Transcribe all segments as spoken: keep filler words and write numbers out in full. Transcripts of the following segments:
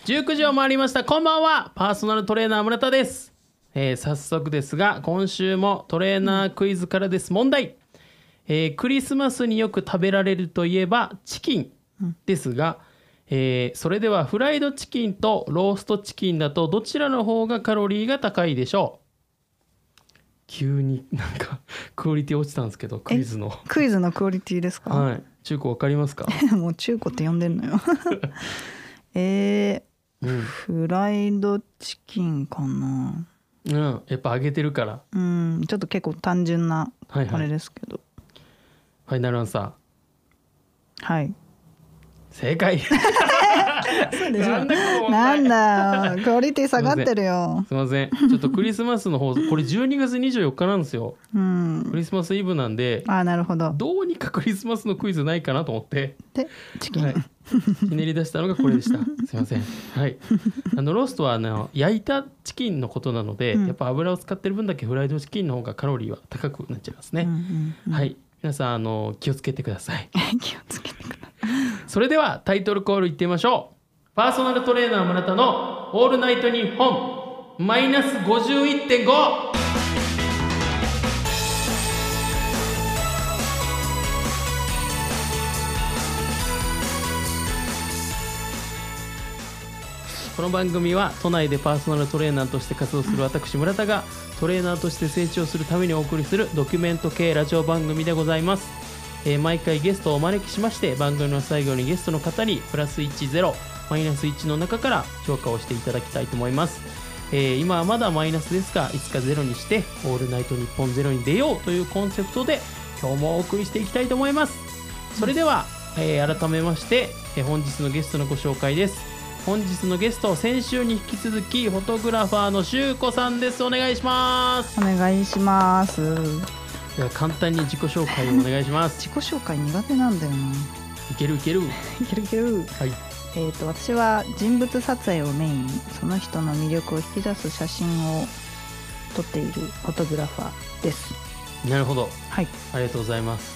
じゅうくじを回りました。こんばんは。パーソナルトレーナー村田です、えー、早速ですが今週もトレーナークイズからです。問題、えー、クリスマスによく食べられるといえばチキンですが、えー、それではフライドチキンとローストチキンだとどちらの方がカロリーが高いでしょう。急になんかクオリティ落ちたんですけど、クイズのクイズのクオリティですか。 はい、中古わかりますか？ もう中古って呼んでんのよえー、うん、フライドチキンかな。 うん、やっぱ揚げてるから。 うん、ちょっと結構単純なあれですけど、はいはい、 ファイナルアンサー。はい、 正解そうでしょ。なんだよ、クオリティ下がってるよ。 すいません、ちょっとクリスマスの放送これじゅうにがつにじゅうよっかなんですよ、うん、クリスマスイブなんで。 あ、なるほど。 どうにかクリスマスのクイズないかなと思ってでチキン、はい、 ひねり出したのがこれでしたすいません、はい、あのローストはあの焼いたチキンのことなので、うん、やっぱ油を使ってる分だけフライドチキンの方がカロリーは高くなっちゃいますね、うんうんうん、はい、皆さんあの気をつけてください気をつけてください。 それではタイトルコールいってみましょう。パーソナルトレーナー村田のオールナイトニッポンマイナス ごじゅういってんご。 この番組は都内でパーソナルトレーナーとして活動する私村田がトレーナーとして成長するためにお送りするドキュメント系ラジオ番組でございます。えー、毎回ゲストをお招きしまして番組の最後にゲストの方にプラスいち、ゼロ、マイナスいちの中から評価をしていただきたいと思います。えー、今はまだマイナスですがいつかゼロにしてオールナイトニッポンゼロに出ようというコンセプトで今日もお送りしていきたいと思います。それでは、えー、改めまして、えー、本日のゲストのご紹介です。本日のゲスト、先週に引き続きフォトグラファーのしゅうこさんです。お願いします。 お願いします。 では簡単に自己紹介をお願いします自己紹介苦手なんだよな。 いけるいけるいけるいける。はい、えーと、私は人物撮影をメインにその人の魅力を引き出す写真を撮っているフォトグラファーです。 なるほど、 はい、 ありがとうございます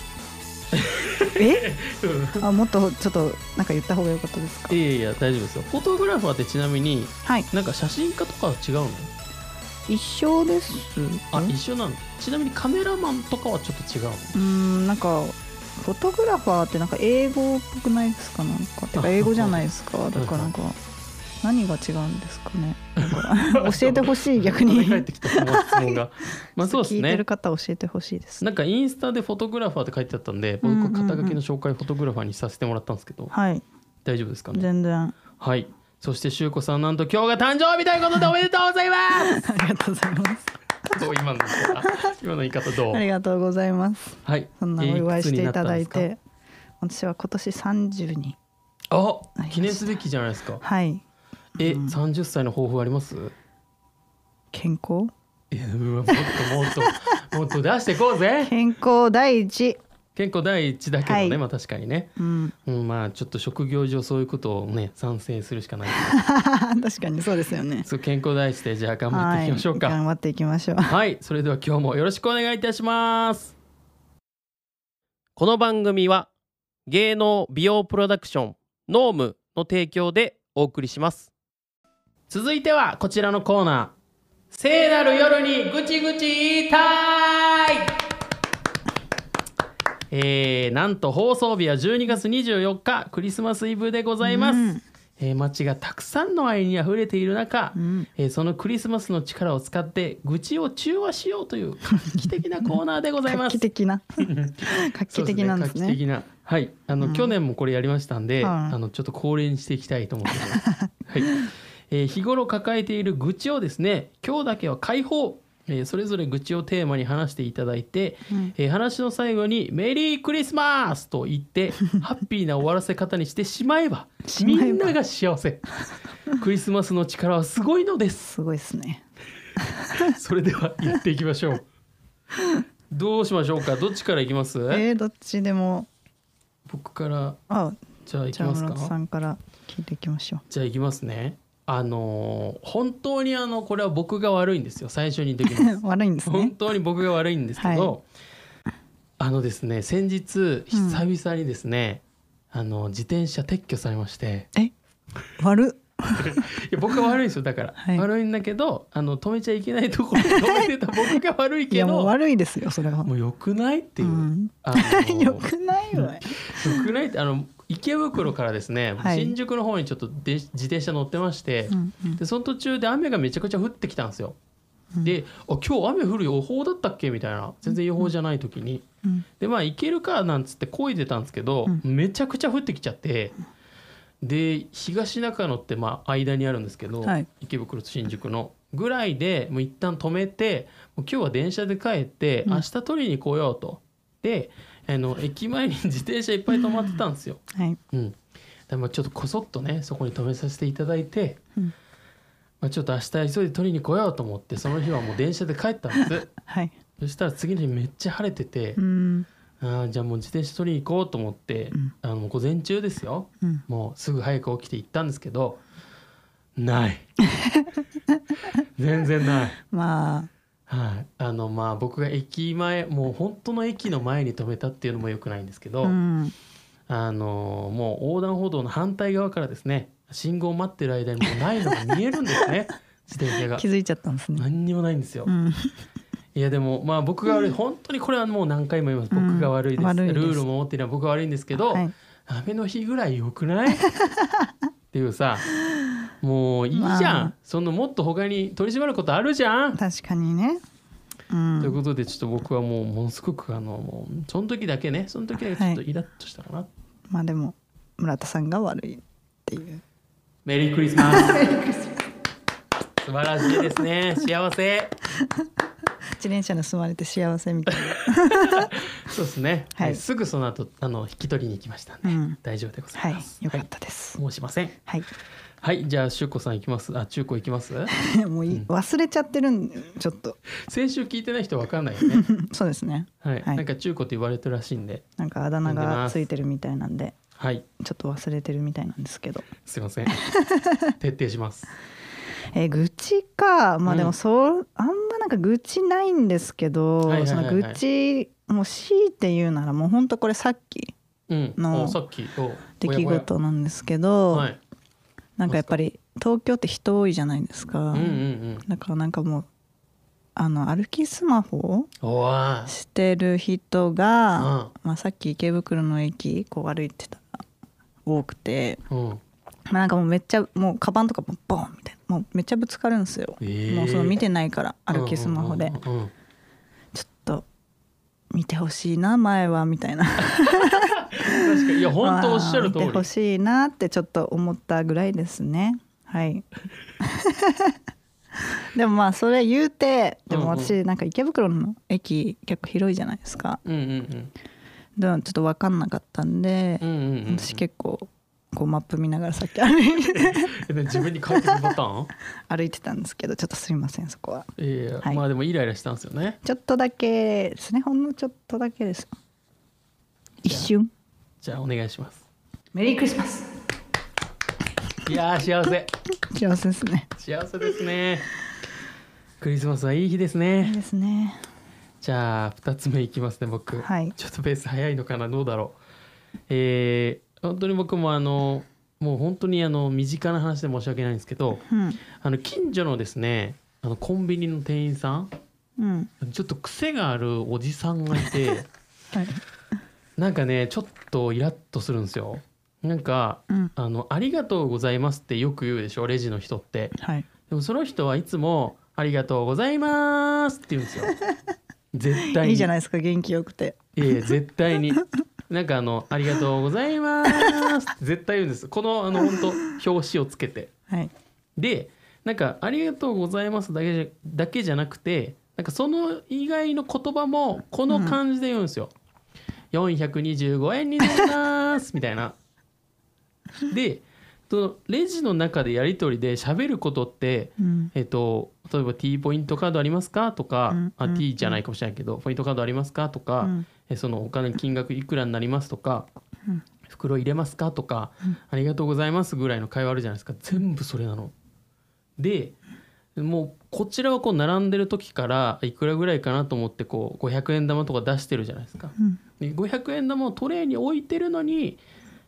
えあ、もっとちょっとなんか言った方が良かったですか？ いやいや大丈夫ですよ。フォトグラファーってちなみに、 はい、 なんか写真家とかは違うの？ 一緒です。 あ、一緒なの。ちなみにカメラマンとかはちょっと違うの？ うーん、なんかフォトグラファーってなんか英語っぽくないですか？なんかてか英語じゃないですか。だからなんか何が違うんですかね。なんか教えてほしい逆に帰ってきた質問がまあそうですね。 聞いてる方教えてほしいです。 なんかインスタでフォトグラファーって書いてあったんで、僕肩書きの紹介フォトグラファーにさせてもらったんですけど、 はい、 大丈夫ですかね？ 全然。 はい。そしてしゅうこさん、なんと今日が誕生日ということでおめでとうございますありがとうございますどう今の今の言い方どう？ ありがとうございます。 はい。 そんなお祝いしていただいて、私は今年さんじゅうに。 あ、記念すべきじゃないですか。 はい。 え、 うん、 さんじゅっさいの抱負あります？ 健康？ え、もっともっともっと出していこうぜ。 健康第一。 健康第一だけどね、はい、まあ確かにね、 うんうん、まあちょっと職業上そういうことをね賛成するしかない確かにそうですよね。 そう、健康第一でじゃあ頑張っていきましょうか。 はい、頑張っていきましょう。 はい、それでは今日もよろしくお願いいたします。この番組は芸能美容プロダクションノームの提供でお送りします。続いてはこちらのコーナー、聖なる夜にぐちぐち言いたい。えー、なんと放送日はじゅうにがつにじゅうよっかクリスマスイブでございます、うん、えー、街がたくさんの愛にあふれている中、うん、えー、そのクリスマスの力を使って愚痴を中和しようという画期的なコーナーでございます画期的な画期的なんですね。 画期的な、はい、あの、うん、去年もこれやりましたんで、うん、あのちょっと恒例にしていきたいと思ってます、はい、えー、日頃抱えている愚痴をですね、今日だけは解放、えー、それぞれ愚痴をテーマに話していただいて、うん、えー、話の最後にメリークリスマスと言ってハッピーな終わらせ方にしてしまえばみんなが幸せクリスマスの力はすごいのです。 すごいですねそれではやっていきましょうどうしましょうか。どっちからいきます？ えー、どっちでも。 僕から。 あ、 じゃあいきますか。 じゃあ村田さんから聞いていきましょう。 じゃあいきますね。あのー、本当にあのこれは僕が悪いんですよ。最初に言っておきます悪いんですね。 本当に僕が悪いんですけど、はい、あのですね、先日久々にですね、うん、あの自転車撤去されまして。 え、悪っや僕が悪いんですよだから、 はい、 悪いんだけどあの止めちゃいけないところに止めてた僕が悪いけどいやもう悪いですよそれは。 もう良くないっていう、うん、 あの良くないわよ良くないってあの池袋からですね、はい、新宿の方にちょっとで自転車乗ってまして、うんうん、でその途中で雨がめちゃくちゃ降ってきたんですよ。で、あ今日雨降る予報だったっけみたいな、全然予報じゃない時に、うん、でまあ行けるかなんつって漕いでたんですけど、うん、めちゃくちゃ降ってきちゃって、で東中野ってまあ間にあるんですけど、はい、池袋と新宿のぐらいでもう一旦止めて、もう今日は電車で帰って明日取りに来ようと、うん、であの駅前に自転車いっぱい止まってたんですよ、はいうん、でもちょっとこそっとねそこに止めさせていただいて、うんまあ、ちょっと明日急いで取りに来ようと思ってその日はもう電車で帰ったんです、はい、そしたら次の日めっちゃ晴れてて、うん、あじゃあもう自転車取りに行こうと思って、うん、あの午前中ですよ、うん、もうすぐ早く起きて行ったんですけどない全然ないまあはいあのまあ僕が駅前もう本当の駅の前に止めたっていうのも良くないんですけど、うん、あのもう横断歩道の反対側からですね信号を待ってる間にもうないのが見えるんですね自転車が気づいちゃったんですね。何にもないんですよ、うん、いやでもまあ僕が悪い、うん、本当にこれはもう何回も言います、僕が悪いです、うん、悪いですルールを守っているのは僕が悪いんですけど、はい、雨の日ぐらい良くないっていうさもういいじゃん、まあ、そのもっと他に取り締まることあるじゃん。 確かにね、 うん、ということでちょっと僕はもうものすごくあのもうその時だけねその時だけちょっとイラッとしたかな、はい、 まあでも村田さんが悪いっていうメリークリスマス素晴らしいですね幸せ自転車盗まれて幸せみたいなそうですね、はい、すぐその後あの引き取りに行きましたんで、うん、大丈夫でございます、 はい、よかったです、 はい、申しませんはい、 はい、じゃあしゅうこさん行きますあ中古行きますもうい、うん、忘れちゃってるんちょっと先週聞いてない人分かんないよねそうですね、 はいはい、なんか中古って言われてるらしいんでなんかあだ名がついてるみたいなんではい、 ちょっと忘れてるみたいなんですけどすいません徹底しますえー、愚痴かまあでもそう、うん、あんまなんか愚痴ないんですけど、はいはいはいはい、その愚痴もう強いて言うならもうほんとこれさっきの出来事なんですけど、うんはい、なんかやっぱり東京って人多いじゃないですか、うんうんうん、だからなんかもうあの歩きスマホしてる人が、うんまあ、さっき池袋の駅こう歩いてたら多くて、うんまあ、なんかもうめっちゃもうカバンとかもボンみたいなもうめっちゃぶつかるんですよ、えー、もうその見てないから歩きスマホで、うんうんうん、ちょっと見てほしいな前はみたいな確かにいや本当おっしゃる通り、 見てほしいなってちょっと思ったぐらいですねはいでもまあそれ言うてでも私なんか池袋の駅結構広いじゃないですか、うんうんうん、でもちょっと分かんなかったんで、うんうんうんうん、私結構こうマップ見ながらさっき歩いて自分に書いてるパターン歩いてたんですけどちょっとすいませんそこは。 いやいや、はい、まあでもイライラしたんですよね。 ちょっとだけですねほんのちょっとだけです一瞬。 じゃあお願いします。 メリークリスマス。 いやー幸せ幸せですね。 幸せですね。クリスマスはいい日ですね。 いいですね。 じゃあふたつめいきますね僕、はい、ちょっとペース早いのかなどうだろう。えー、本当に僕もあのもう本当にあの身近な話で申し訳ないんですけど、うん、あの近所のですねあのコンビニの店員さん、うん、ちょっと癖があるおじさんがいて、はい、なんかねちょっとイラッとするんですよ。なんか、うん、あのありがとうございますってよく言うでしょレジの人って、はい、でもその人はいつもありがとうございますって言うんですよ絶対に。 いいじゃないですか元気よくて。 いやいや絶対になんかあのありがとうございますって絶対言うんです。このあの本当表紙をつけて、はい、でなんかありがとうございますだけじゃだけじゃなくてなんかその以外の言葉もこの感じで言うんですよ、うん、よんひゃくにじゅうごえんになりますみたいな。でレジの中でやり取りで喋ることって、うんえっと、例えば T ポイントカードありますかとか、うんあ T じゃないかもしれないけど、うん、ポイントカードありますかとか、うんえそのお金金額いくらになりますとか、うん、袋入れますかとか、うん、ありがとうございますぐらいの会話あるじゃないですか。全部それなのでもうこちらはこう並んでる時からいくらぐらいかなと思ってこうごひゃくえん玉とか出してるじゃないですか、うん、でごひゃくえん玉をトレーに置いてるのに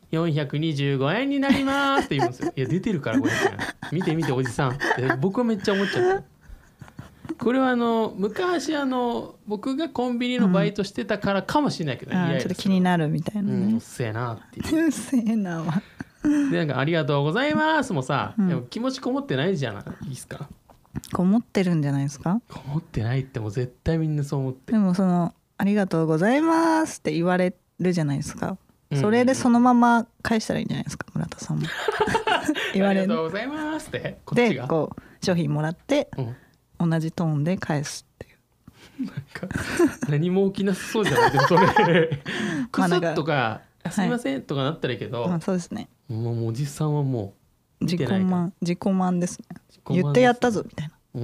よんひゃくにじゅうごえんになりますって言うんですよ。いや出てるからごひゃくえん見て見ておじさんって僕はめっちゃ思っちゃった。これはあの昔あの僕がコンビニのバイトしてたからかもしれないけど、ね、 うん、ちょっと気になるみたいなね、 うん、うっせえなっていううっせえなわでなんかありがとうございますもさ、 うん、 でも気持ちこもってないじゃないですか。 こもってるんじゃないですか。 こもってないってもう絶対みんなそう思ってる。 でもそのありがとうございますって言われるじゃないですか、それでそのまま返したらいいんじゃないですか、村田さんも言われるありがとうございますってこっちがでこう商品もらって、うん、同じトーンで返すっていうなんか何も起きなさそうじゃないですかそれクスッとかすいませんとかなったらいいけど、 まあ、そうですね。 もうおじさんはもう自己満自己満ですね。言ってやったぞみたいな、 うん、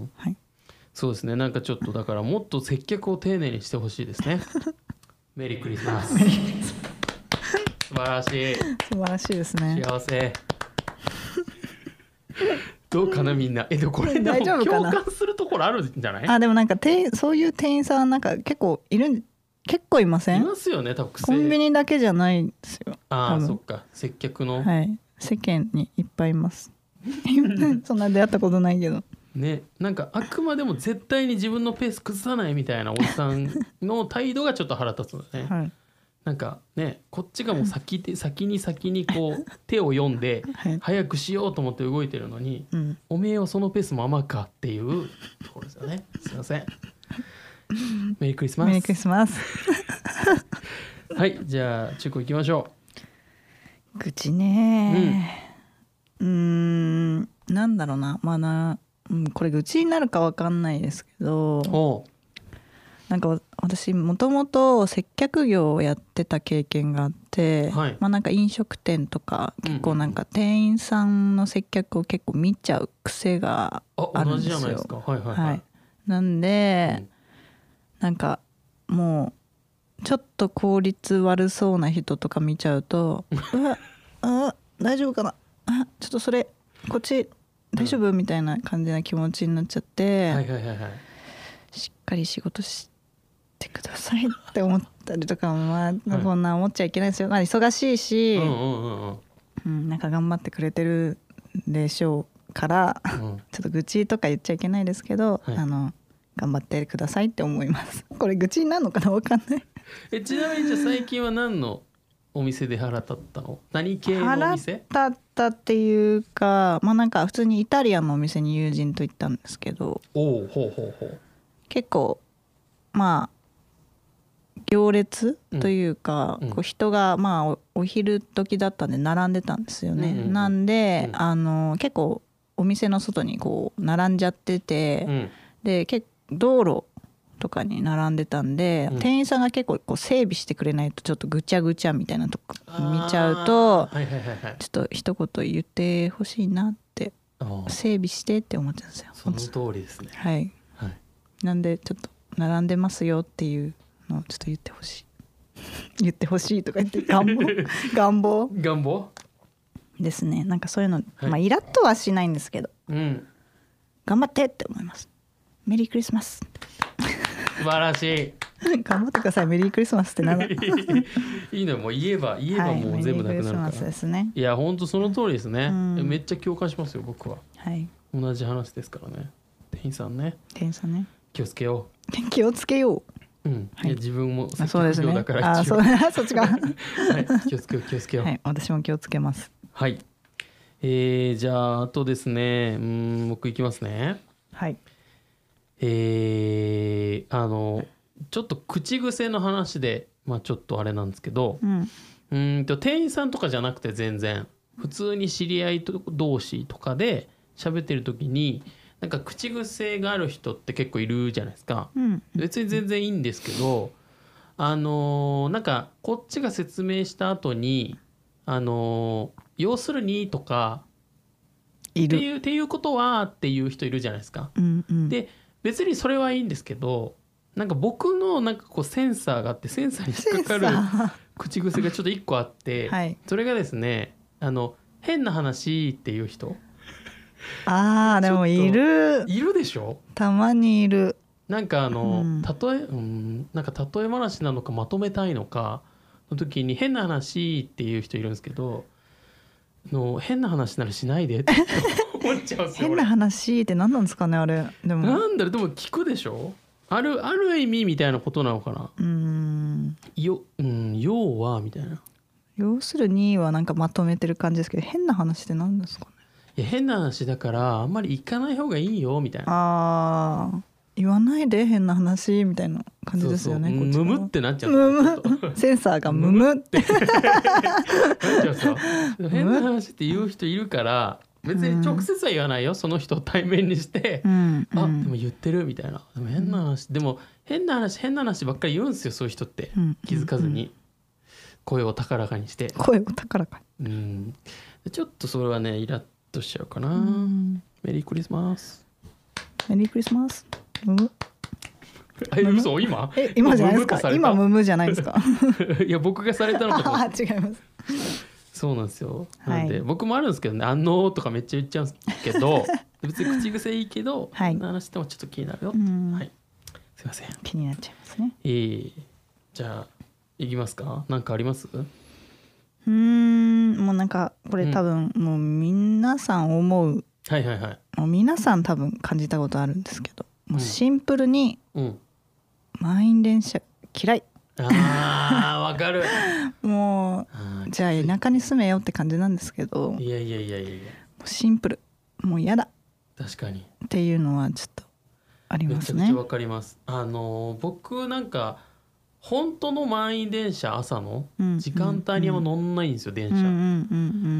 はい、そうですね。なんかちょっとだからもっと接客を丁寧にしてほしいですねメリークリスマス素晴らしい素晴らしいですね。 幸せどうかなみんな。えでもこれでも共感するところあるんじゃない？ あでもなんかてそういう店員さんなんか結構いる結構いません？ いますよね多分。 コンビニだけじゃないんですよ。 ああそっか接客の、 はい、世間にいっぱいいますそんな出会ったことないけどね。なんかあくまでも絶対に自分のペース崩さないみたいなおじさんの態度がちょっと腹立つのね、はい、なんかねこっちがもう先で先に先にこう手を読んで早くしようと思って動いてるのに、はい、おめえはそのペースままかっていうところですよね。すいませんメリークリスマス。 メリークリスマスはいじゃあ中古行きましょう。愚痴ねうーんなんだろうなまあな、うん、これ愚痴になるか分かんないですけど、なんか私もともと接客業をやってた経験があって、はい、まあなんか飲食店とか結構なんか店員さんの接客を結構見ちゃう癖があるんですよ。 あ同じじゃないですか。はいはいはい、はい、 なんで、うん、なんかもうちょっと効率悪そうな人とか見ちゃうとうわあ大丈夫かなあちょっとそれこっち大丈夫、うん、みたいな感じな気持ちになっちゃって、はいはいはいはい、しっかり仕事してくださいって思ったりとかまあ、はい、こんな思っちゃいけないですよ。まあ、忙しいし、うんうんうんうん、なんか頑張ってくれてるでしょうから、うん、ちょっと愚痴とか言っちゃいけないですけど、はい、あの頑張ってくださいって思います。これ愚痴になるのかな分かんないえちなみにじゃあ最近は何のお店で腹立ったの？何系のお店？ 腹立ったっていうかまあなんか普通にイタリアンのお店に友人と行ったんですけど、 おうほうほうほう結構まあ行列というか、うん、こう人がまあ お, お昼時だったんで並んでたんですよね、うんうんうん、なんで、うん、あの結構お店の外にこう並んじゃってて、うん、で結構道路とかに並んでたんで、うん、店員さんが結構こう整備してくれないとちょっとぐちゃぐちゃみたいなとこ見ちゃうと、はいはいはいはい、ちょっと一言言ってほしいなって整備してって思っちゃうんですよ。 その通りですね。 はい、はい、なんでちょっと並んでますよっていうのをちょっと言ってほしい言ってほしいとか言って願望願望願望ですね。なんかそういうの、はい、まあイラッとはしないんですけど、うん、頑張ってって思います。メリークリスマス素晴らしい頑張ってください。メリークリスマスってなんだいいのもう言えば言えばもう全部なくなるから、はい、メリークリスマスですね。いや本当その通りですね、うん、めっちゃ共感しますよ僕は、はい、同じ話ですからね。店員さんね店員さんね気をつけよう気をつけよう、うんはい、いや自分も接客業だからあそうですねあ そ, そっちが、はい、 気をつけよう気をつけよう、 はい、私も気をつけます。 はい、えー、じゃああとですねうん僕いきますね。はいえー、あのちょっと口癖の話で、まあ、ちょっとあれなんですけど、うん、うんと店員さんとかじゃなくて全然普通に知り合い同士とかで喋ってる時になんか口癖がある人って結構いるじゃないですか、うん、別に全然いいんですけどあのー、なんかこっちが説明した後にあのー、要するにとかいるっていう、っていうことはっていう人いるじゃないですか、うんうん、で別にそれはいいんですけどなんか僕のなんかこうセンサーがあってセンサーに引っかかる口癖がちょっと一個あって、はい、それがですねあの変な話っていう人あーでもいるいるでしょ。 たまにいる。 なんかあの、うん、例え、うん、なんか例え話なのかまとめたいのかの時に変な話っていう人いるんですけど、の変な話ならしないでって思っちゃうんですよ。 変な話って何なんですかねあれ。でもなんだろう、でも聞くでしょ。あるある意味みたいなことなのかな。 うーんよ、うん、要はみたいな。 要するにはなんかまとめてる感じですけど、変な話って何ですかね。 いや変な話だからあんまり行かない方がいいよみたいな。 あー言わないで変な話みたいな感じですよね。 そうそう、ムムってなっちゃう。 ムムセンサーがムムってなっちゃうさ。変な話って言う人いるから別に直接は言わないよ、うん、その人を対面にして、 うんうん、 あでも言ってるみたいな。でも変な話、うん、でも変な話変な話ばっかり言うんですよそういう人って、うん、気づかずに、うん、声を高らかにして声を高らかに、うん、ちょっとそれはねイラッとしちゃうかな、うん、メリークリスマスメリークリスマス。ムえ嘘今え今じゃないですか。今ムムじゃないですか。 いや僕がされたのかと思って。 違います。 そうなんですよ。なんで、はい、僕もあるんですけどね、あのーとかめっちゃ言っちゃうんですけど別に口癖いいけど、はい、話してもちょっと気になるよ、はい、すいません気になっちゃいますね。 えー、じゃあいきますか。なんかあります？ うーんもうなんかこれ多分、うん、もう皆さん思う、 はいはいはい、 もう皆さん多分感じたことあるんですけど、もうシンプルに、うん、満員電車嫌い。 あーわかる。 もうじゃあ田舎に住めよって感じなんですけど、 いやいやいやいやいやもうシンプルもう嫌だ確かにっていうのはちょっとありますね。 めちゃくちゃわかります。あの僕なんか本当の満員電車朝の時間帯には乗んないんですよ、うん、電車、うんうんうんうん、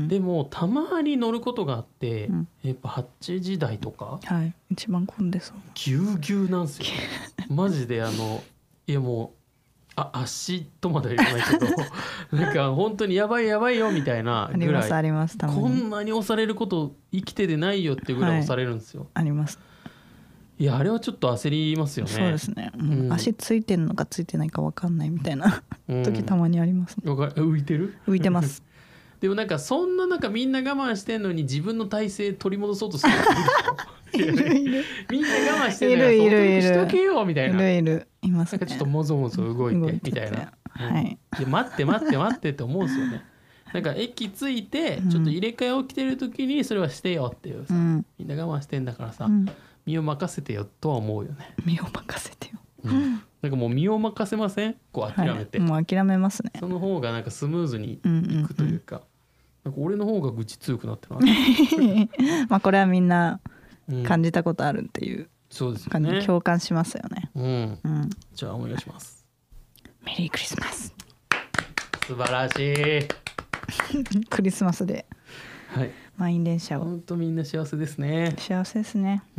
でもたまに乗ることがあって、うん、やっぱはちじ台とか、 はい、一番混んでそうぎゅうぎゅうなんですよマジであのいやもうあ足とまでは言わないけどなんか本当にやばいやばいよみたいなぐらいありますあります。 こんなに押されること生きてでないよっていうぐらい押されるんですよ、はい、 あります。 いやあれはちょっと焦りますよね。 そうですね、うん、足ついてるのかついてないか分かんないみたいな時たまにあります、 うん、浮いてる浮いてますでもなんかそんな中みんな我慢してんのに自分の体勢取り戻そうとする人いるでしょいるいるみんな我慢してんのにそうしとけよみたいな。 いるいるいますね。 なんかちょっともぞもぞ動いてみたいな、 はい、 で待って待って待ってって思うんですよね。なんか駅着いてちょっと入れ替え起きてる時にそれはしてよっていうさ、うん、みんな我慢してんだからさ、うん、身を任せてよとは思うよね。 身を任せてよ、 うん、なんかもう身を任せません？こう諦めて、 はい、もう諦めますね。 その方がなんかスムーズにいくというか、うんうんうん、なんか俺の方が愚痴強くなってないまあこれはみんな感じたことあるっていう感じで共感しますよね、 うんうん、じゃあお願いします。 メリークリスマス。 素晴らしいクリスマスで満員電車を、 本当みんな幸せですね。 幸せですね、 うん。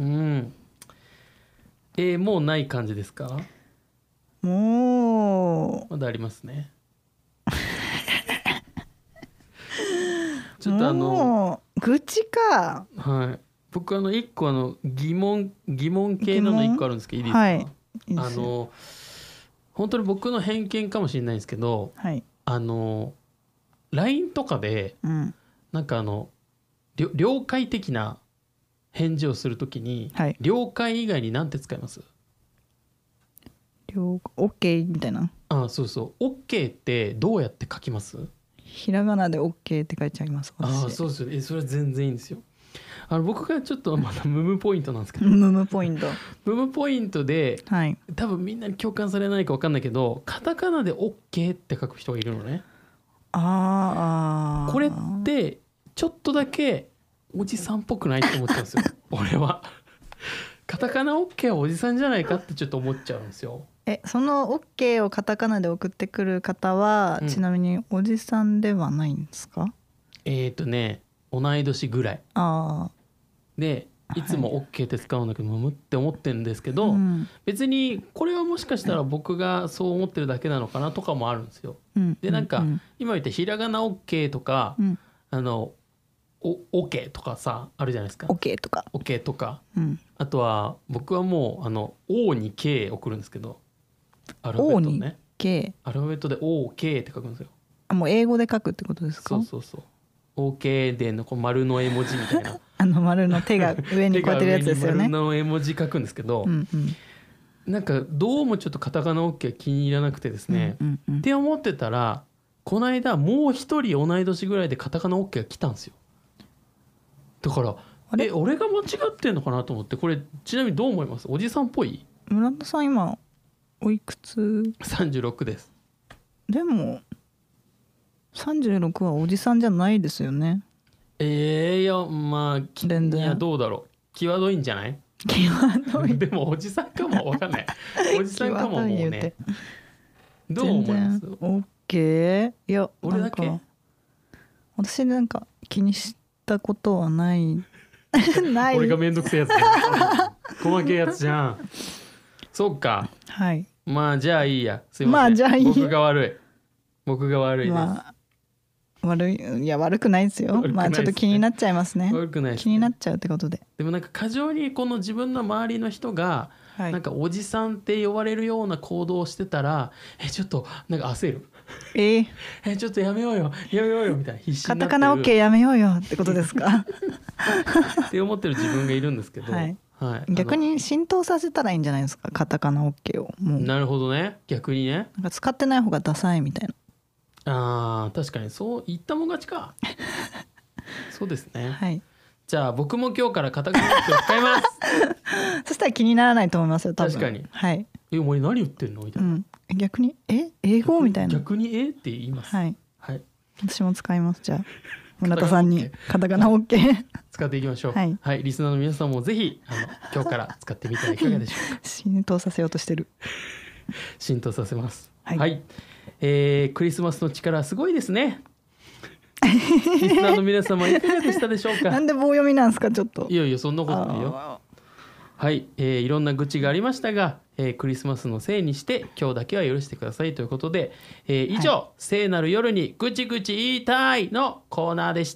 えー、もうない感じですか？ もうまだありますねちょっとあの愚痴か。 はい、僕あの一個あの疑問疑問系なの一個あるんですけどいいですか？はい、いいです。あの本当に僕の偏見かもしれないんですけど、はい、あの ライン とかで、うん、なんかあの了解的な返事をするときに、はい、了解以外に何て使います？ 了 OK みたいな。 あ、そうそう OK ってどうやって書きます？ ひらがなで OK って書いちゃいます。 あ、そうですよ。え、それは全然いいんですよ。あの僕がちょっとまだムムポイントなんですけどムムポイントムムポイントで、はい、多分みんなに共感されないか分かんないけどカタカナで OK って書く人がいるのね。 ああ、 これってちょっとだけおじさんっぽくないって思っちゃうんですよ俺はカタカナ OK はおじさんじゃないかってちょっと思っちゃうんですよ。 え、その OK をカタカナで送ってくる方は、うん、ちなみにおじさんではないんですか？ えっとね同い年ぐらい。あでいつも OK って使うんだけど、はい、むって思ってるんですけど、うん、別にこれはもしかしたら僕がそう思ってるだけなのかなとかもあるんですよ、うん、でなんか、うん、今言ったひらがな OK とか、うん、あのお OK とかさあるじゃないですか。 OK とか OK とか、うん、あとは僕はもうあの O に K 送るんですけどアルファベットね O に K アルファベットで OK って書くんですよ。 あ、もう英語で書くってことですか？ そうそうそう OK でのこう丸の絵文字みたいなあの丸の手が上にこうやってるやつですよね。 丸の絵文字書くんですけど、うんうん、なんかどうもちょっとカタカナ OK 気に入らなくてですね、うんうんうん、って思ってたらこの間もう一人同い年ぐらいでカタカナ OK が来たんですよ。だからえ俺が間違ってんのかなと思って。これちなみにどう思います？おじさんっぽい？ 村田さん今おいくつ？ さんじゅうろくです。 でもさんじゅうろくはおじさんじゃないですよね。 えー、いやまあ全然いやどうだろう、際どいんじゃない？ 際どいでもおじさんかもわかんないおじさんかももうね。どう思います？ 全然 OK。 いや俺だけ私なんか気にしたことはないない俺がめんどくせえやつじゃん細けえやつじゃん。そうか、 はい、 まあじゃあいいや、すいません、まあ、 じゃあいい僕が悪い僕が悪いです、まあ、悪いいや悪くないですよ。まあちょっと気になっちゃいますね。 悪くないですね。 気になっちゃうってことで。 でもなんか過剰にこの自分の周りの人が、はい、なんかおじさんって呼ばれるような行動をしてたらえちょっとなんか焦る。 えー、 えちょっとやめようよやめようよみたいな必死になってる。 カタカナ OK やめようよってことですかって思ってる自分がいるんですけど、 はいはい、逆に浸透させたらいいんじゃないですか、カタカナ OK を。もうなるほどね、逆にね。 なんか使ってない方がダサいみたいな。 あー確かにそう言ったもん勝ちかそうですね、 はい、 じゃあ僕も今日からカタカナ OK を使いますそしたら気にならないと思いますよ多分。 確かに、 はい、 えお前何言ってんのみたいな、うん、 逆にえ英語みたいな。 逆にえって言います。 はい、 はい、 私も使います。じゃあ村田さんにカタカナ OK 使っていきましょう。 はい、 はい、リスナーの皆さんもぜひあの今日から使ってみてはいかがでしょうか浸透させようとしてる浸透させます。 はい、 はい、えー、クリスマスの力すごいですねリスナーの皆様いかがでしたでしょうかなんで棒読みなんですかちょっと。 いやいやそんなことないよ。はい、えー、いろんな愚痴がありましたが、えー、クリスマスのせいにして今日だけは許してくださいということで、えー、以上、はい、聖なる夜にぐちぐち言いたいのコーナーでした。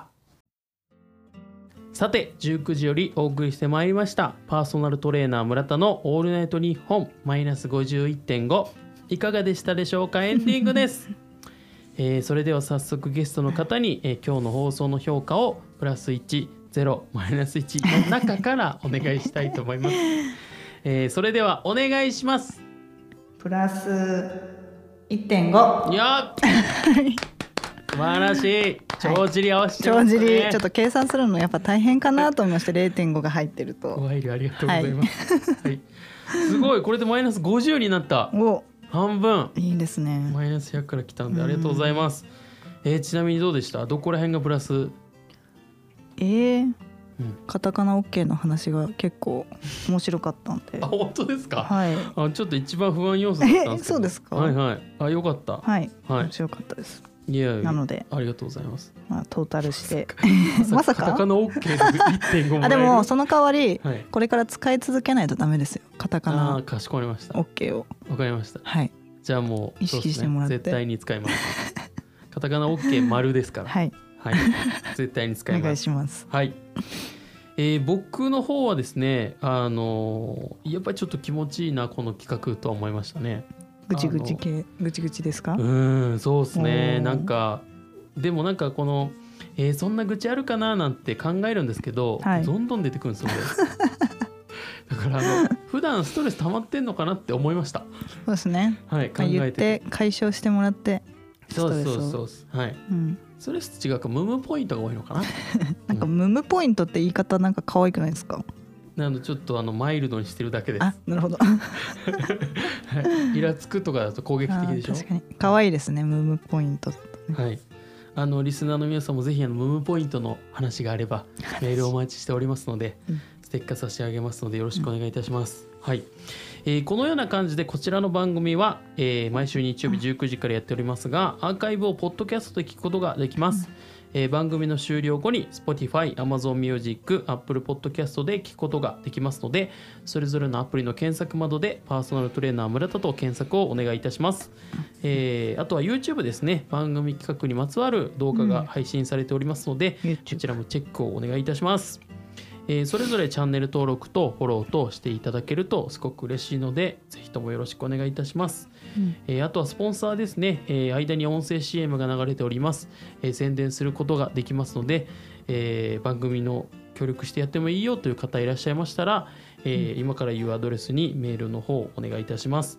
さてじゅうくじよりお送りしてまいりましたパーソナルトレーナー村田のオールナイトニッポンマイナス ごじゅういってんご いかがでしたでしょうか。エンディングです、えー、それでは早速ゲストの方に、えー、今日の放送の評価をプラスいち、ゼロ、マイナスいちの中からお願いしたいと思います、えー、それではお願いします。 プラス いってんご。 やっ素晴らしい。帳尻合わせてますね。 帳尻ちょっと計算するのやっぱ大変かなと思いまして れいてんご が入ってると。 ご配慮ありがとうございます、はいはい、すごいこれでマイナスごじゅうになった。お半分いいですね。 マイナスひゃくから来たんでありがとうございます、えー、ちなみにどうでした？どこら辺がプラス？ えー、うん、カタカナ OK の話が結構面白かったんで。 あ本当ですか？ はい、 あちょっと一番不安要素だったんですけど。 えそうですか？ はいはい、あよかった。 はい、はい、面白かったです。 いやいやなのでありがとうございます、 まあ、トータルしてまさかカタカナ OK で いってんご もらえる。 あでもその代わり、 はい、 これから使い続けないとダメですよカタカナ。 あかしこまりました。 OK をわかりました。 はい、 じゃあもう意識してもらって、 ね、絶対に使いますカタカナ OK 丸ですからはい、 はい、絶対に使います。 お願いします。 はい、えー、僕の方はですねあのー、やっぱりちょっと気持ちいいなこの企画とは思いましたね。 ぐちぐち系ぐちぐちですか？ うんそうですね。なんかでもなんかこの、えー、そんな愚痴あるかななんて考えるんですけど、はい、どんどん出てくるんですよだからあの普段ストレス溜まってんのかなって思いました。 そうですね、 はい、考えて言って解消してもらってそうそうそうはい、うん、ストレス違うかムムポイントが多いのかななんかムムポイントって言い方なんか可愛くないですか？ なのちょっとあのマイルドにしてるだけです。 あなるほどイラつくとかだと攻撃的でしょ。 確かに可愛いですねムムポイント、ね、 はいあのリスナーの皆さんもぜひあのムムポイントの話があればメールをお待ちしておりますので、うん、ステッカー差し上げますのでよろしくお願いいたします、うんはいえー、このような感じでこちらの番組は、えー、毎週日曜日じゅうくじからやっておりますが、うん、アーカイブをポッドキャストで聞くことができます、うんえー、番組の終了後に Spotify、Amazon Music、Apple Podcast で聞くことができますのでそれぞれのアプリの検索窓でパーソナルトレーナー村田と検索をお願いいたします、えー、あとは YouTube ですね番組企画にまつわる動画が配信されておりますので、うん、こちらもチェックをお願いいたします、えー、それぞれチャンネル登録とフォローとしていただけるとすごく嬉しいのでぜひともよろしくお願いいたします、うんえー、あとはスポンサーですね、えー、間に音声 シーエム が流れております、えー、宣伝することができますので、えー、番組の協力してやってもいいよという方いらっしゃいましたら、えーうん、今から言うアドレスにメールの方をお願いいたします、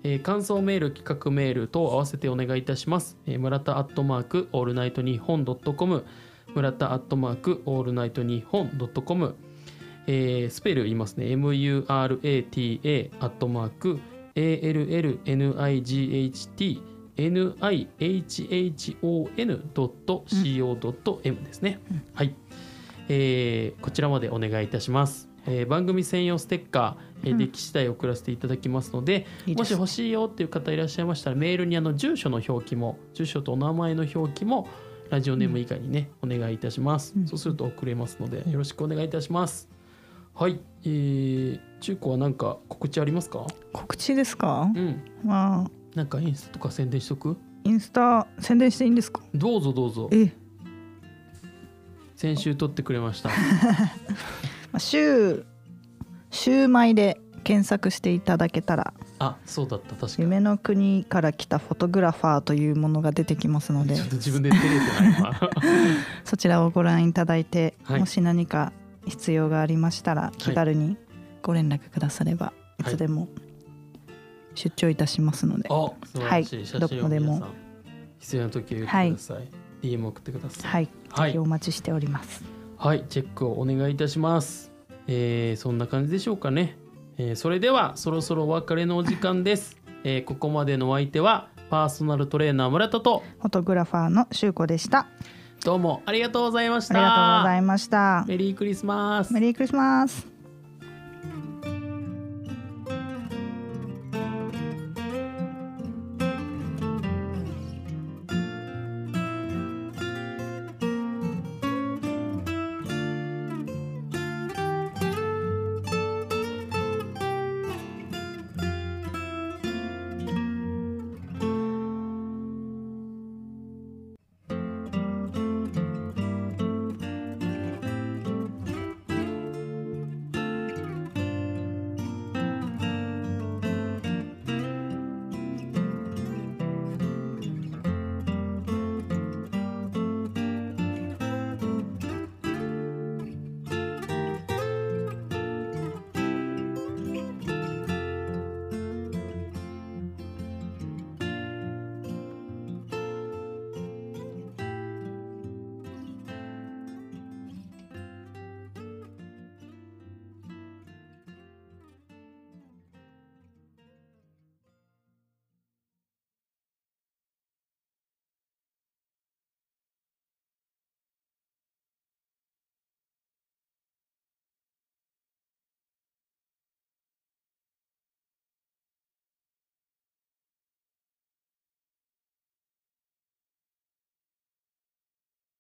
えー、感想メール企画メールと合わせてお願いいたします。えー、村田アットマークオールナイトニッポンドットコム村田アットマークオールナイトニッポンドットコム、えー、スペル言いますね。 エムユーアールエーティーエー アットマーク エーエルエルエヌアイジーエイチティーエヌアイエイチエイチオーエヌドットシーオードットエム ですね、うん、はい、えー、こちらまでお願いいたします。えー、番組専用ステッカー、えー、でき次第送らせていただきますので、うん、もし欲しいよっていう方いらっしゃいましたらメールにあの住所の表記も住所とお名前の表記もラジオネーム以外にね、うん、お願いいたします、うん、そうすると送れますのでよろしくお願いいたします。はい、えー、中古は何か告知ありますか？ 告知ですか？うん、まあなんかインスタとか宣伝しとく？ インスタ宣伝していいんですか？ どうぞどうぞ。 え先週撮ってくれました週週米で検索していただけたら、 あ、そうだった、確かに夢の国から来たフォトグラファーというものが出てきますので、 ちょっと自分で照れてないわそちらをご覧いただいて、はい、もし何か必要がありましたら気軽にご連絡くだされば、はい、いつでも出張いたしますので、 はい、素晴らしい。写真を皆さん必要な時は言ってください、はい、ディーエム 送ってください。 はい、はい、ぜひお待ちしております。 はい、チェックをお願いいたします。えー、そんな感じでしょうかね。えー、それではそろそろお別れのお時間です、えー、ここまでのお相手はパーソナルトレーナー村田とフォトグラファーのしゅうこでした。 どうもありがとうございました。 ありがとうございました。 メリークリスマス。 メリークリスマス。